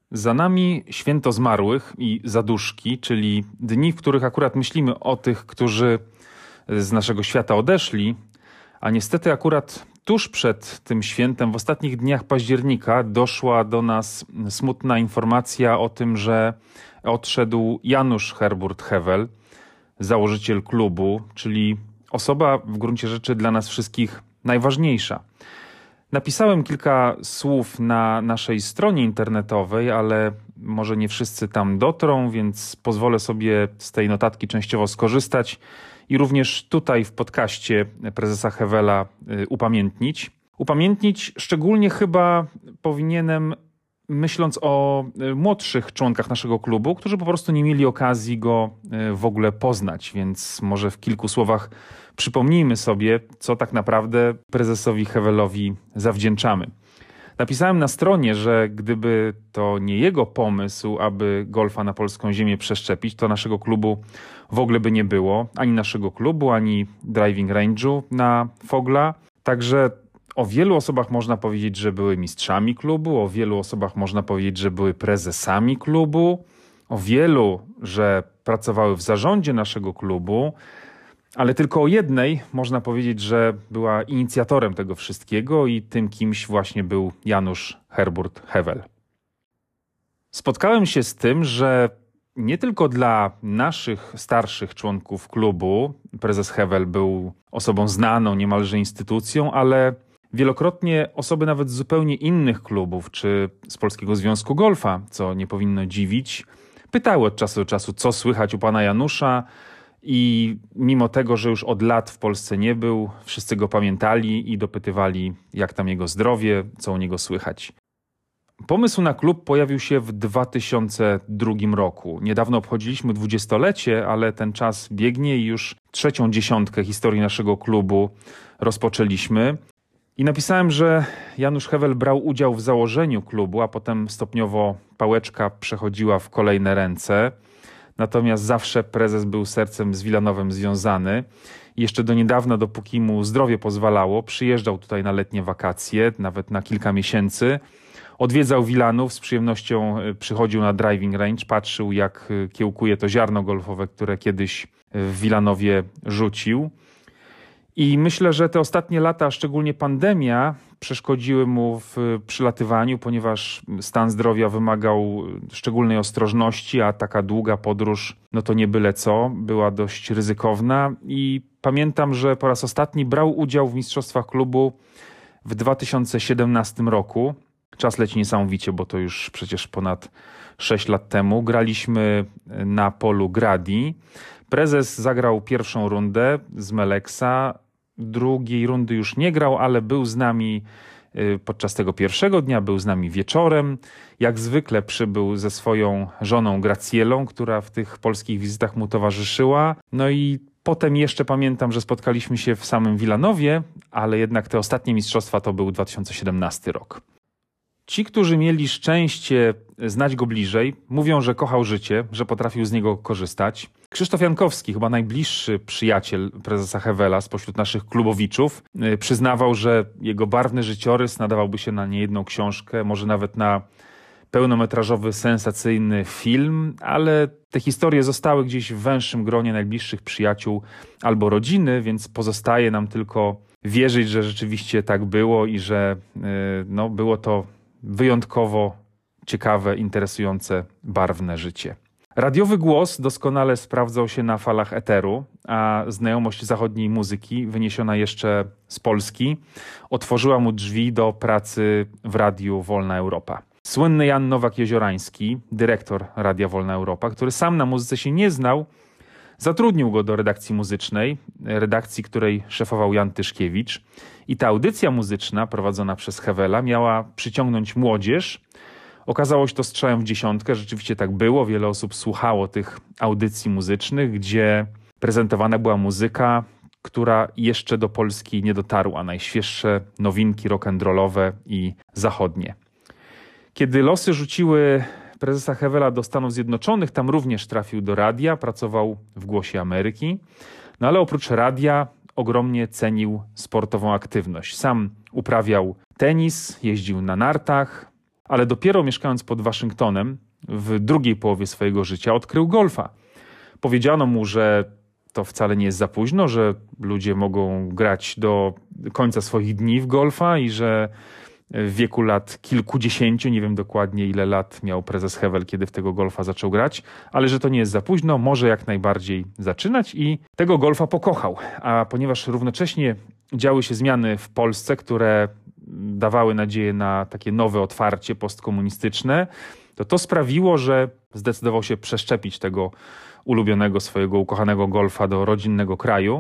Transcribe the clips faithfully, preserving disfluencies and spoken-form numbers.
Za nami święto zmarłych i zaduszki, czyli dni, w których akurat myślimy o tych, którzy z naszego świata odeszli, a niestety akurat tuż przed tym świętem, w ostatnich dniach października, doszła do nas smutna informacja o tym, że odszedł Janusz Herburt-Hewel, założyciel klubu, czyli osoba w gruncie rzeczy dla nas wszystkich najważniejsza. Napisałem kilka słów na naszej stronie internetowej, ale może nie wszyscy tam dotrą, więc pozwolę sobie z tej notatki częściowo skorzystać i również tutaj w podcaście prezesa Hewela upamiętnić. Upamiętnić szczególnie chyba powinienem, myśląc o młodszych członkach naszego klubu, którzy po prostu nie mieli okazji go w ogóle poznać, więc może w kilku słowach przypomnijmy sobie, co tak naprawdę prezesowi Hewelowi zawdzięczamy. Napisałem na stronie, że gdyby to nie jego pomysł, aby golfa na polską ziemię przeszczepić, to naszego klubu w ogóle by nie było. Ani naszego klubu, ani driving range'u na Fogla. Także o wielu osobach można powiedzieć, że były mistrzami klubu, o wielu osobach można powiedzieć, że były prezesami klubu, o wielu, że pracowały w zarządzie naszego klubu, ale tylko o jednej można powiedzieć, że była inicjatorem tego wszystkiego i tym kimś właśnie był Janusz Herburt-Hewel. Spotkałem się z tym, że nie tylko dla naszych starszych członków klubu prezes Hewel był osobą znaną, niemalże instytucją, ale wielokrotnie osoby nawet z zupełnie innych klubów, czy z Polskiego Związku Golfa, co nie powinno dziwić, pytały od czasu do czasu, co słychać u pana Janusza, i mimo tego, że już od lat w Polsce nie był, wszyscy go pamiętali i dopytywali, jak tam jego zdrowie, co u niego słychać. Pomysł na klub pojawił się w dwa tysiące drugim roku. Niedawno obchodziliśmy dwudziestolecie, ale ten czas biegnie i już trzecią dziesiątkę historii naszego klubu rozpoczęliśmy. I napisałem, że Janusz Hewel brał udział w założeniu klubu, a potem stopniowo pałeczka przechodziła w kolejne ręce. Natomiast zawsze prezes był sercem z Wilanowem związany. I jeszcze do niedawna, dopóki mu zdrowie pozwalało, przyjeżdżał tutaj na letnie wakacje, nawet na kilka miesięcy. Odwiedzał Wilanów, z przyjemnością przychodził na driving range, patrzył, jak kiełkuje to ziarno golfowe, które kiedyś w Wilanowie rzucił. I myślę, że te ostatnie lata, szczególnie pandemia, przeszkodziły mu w przylatywaniu, ponieważ stan zdrowia wymagał szczególnej ostrożności, a taka długa podróż, no to nie byle co, była dość ryzykowna. I pamiętam, że po raz ostatni brał udział w mistrzostwach klubu w dwa tysiące siedemnastym roku. Czas leci niesamowicie, bo to już przecież ponad sześć lat temu. Graliśmy na polu Gradi. Prezes zagrał pierwszą rundę z Meleksa. Drugiej rundy już nie grał, ale był z nami podczas tego pierwszego dnia, był z nami wieczorem. Jak zwykle przybył ze swoją żoną Gracielą, która w tych polskich wizytach mu towarzyszyła. No i potem jeszcze pamiętam, że spotkaliśmy się w samym Wilanowie, ale jednak te ostatnie mistrzostwa to był dwa tysiące siedemnasty rok. Ci, którzy mieli szczęście znać go bliżej, mówią, że kochał życie, że potrafił z niego korzystać. Krzysztof Jankowski, chyba najbliższy przyjaciel prezesa Hewela spośród naszych klubowiczów, przyznawał, że jego barwny życiorys nadawałby się na niejedną książkę, może nawet na pełnometrażowy, sensacyjny film, ale te historie zostały gdzieś w węższym gronie najbliższych przyjaciół albo rodziny, więc pozostaje nam tylko wierzyć, że rzeczywiście tak było i że no, było to wyjątkowo ciekawe, interesujące, barwne życie. Radiowy głos doskonale sprawdzał się na falach eteru, a znajomość zachodniej muzyki, wyniesiona jeszcze z Polski, otworzyła mu drzwi do pracy w Radiu Wolna Europa. Słynny Jan Nowak-Jeziorański, dyrektor Radia Wolna Europa, który sam na muzyce się nie znał, zatrudnił go do redakcji muzycznej, redakcji, której szefował Jan Tyszkiewicz. I ta audycja muzyczna prowadzona przez Hewela miała przyciągnąć młodzież. Okazało się to strzałem w dziesiątkę, rzeczywiście tak było. Wiele osób słuchało tych audycji muzycznych, gdzie prezentowana była muzyka, która jeszcze do Polski nie dotarła. Najświeższe nowinki rock'n'rollowe i zachodnie. Kiedy losy rzuciły prezesa Hewela do Stanów Zjednoczonych, tam również trafił do radia, pracował w Głosie Ameryki. No ale oprócz radia ogromnie cenił sportową aktywność. Sam uprawiał tenis, jeździł na nartach, ale dopiero mieszkając pod Waszyngtonem w drugiej połowie swojego życia odkrył golfa. Powiedziano mu, że to wcale nie jest za późno, że ludzie mogą grać do końca swoich dni w golfa i że w wieku lat kilkudziesięciu, nie wiem dokładnie ile lat miał prezes Hewel, kiedy w tego golfa zaczął grać, ale że to nie jest za późno, może jak najbardziej zaczynać i tego golfa pokochał. A ponieważ równocześnie działy się zmiany w Polsce, które dawały nadzieję na takie nowe otwarcie postkomunistyczne, to to sprawiło, że zdecydował się przeszczepić tego ulubionego swojego ukochanego golfa do rodzinnego kraju.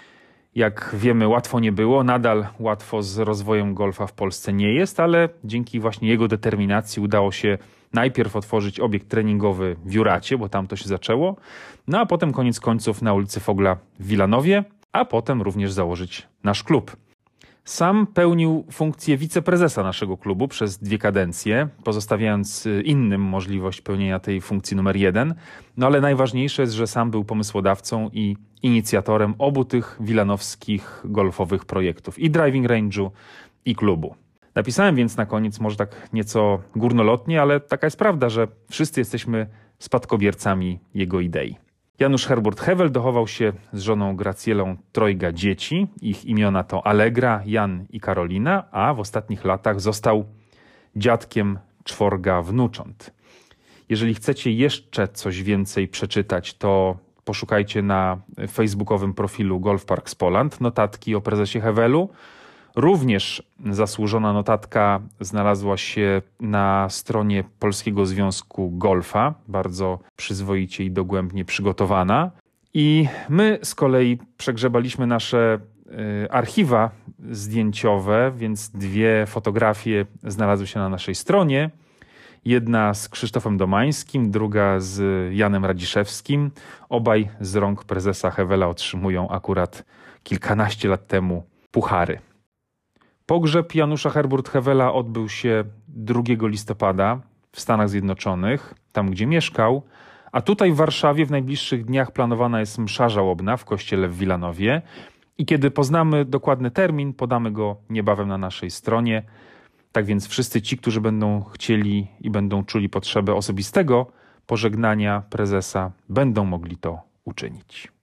Jak wiemy, łatwo nie było, nadal łatwo z rozwojem golfa w Polsce nie jest, ale dzięki właśnie jego determinacji udało się najpierw otworzyć obiekt treningowy w Juracie, bo tam to się zaczęło, no a potem koniec końców na ulicy Fogla w Wilanowie, a potem również założyć nasz klub. Sam pełnił funkcję wiceprezesa naszego klubu przez dwie kadencje, pozostawiając innym możliwość pełnienia tej funkcji numer jeden. No ale najważniejsze jest, że sam był pomysłodawcą i inicjatorem obu tych wilanowskich golfowych projektów, i driving range'u, i klubu. Napisałem więc na koniec, może tak nieco górnolotnie, ale taka jest prawda, że wszyscy jesteśmy spadkobiercami jego idei. Janusz Herburt Hewel dochował się z żoną Gracielą trojga dzieci. Ich imiona to Allegra, Jan i Karolina, a w ostatnich latach został dziadkiem czworga wnucząt. Jeżeli chcecie jeszcze coś więcej przeczytać, to poszukajcie na facebookowym profilu Golf Parks Poland notatki o prezesie Hewelu. Również zasłużona notatka znalazła się na stronie Polskiego Związku Golfa, bardzo przyzwoicie i dogłębnie przygotowana. I my z kolei przegrzebaliśmy nasze y, archiwa zdjęciowe, więc dwie fotografie znalazły się na naszej stronie. Jedna z Krzysztofem Domańskim, druga z Janem Radziszewskim. Obaj z rąk prezesa Hewela otrzymują akurat kilkanaście lat temu puchary. Pogrzeb Janusza Herburt Hewela odbył się drugiego listopada w Stanach Zjednoczonych, tam gdzie mieszkał, a tutaj w Warszawie w najbliższych dniach planowana jest msza żałobna w kościele w Wilanowie i kiedy poznamy dokładny termin, podamy go niebawem na naszej stronie. Tak więc wszyscy ci, którzy będą chcieli i będą czuli potrzebę osobistego pożegnania prezesa, będą mogli to uczynić.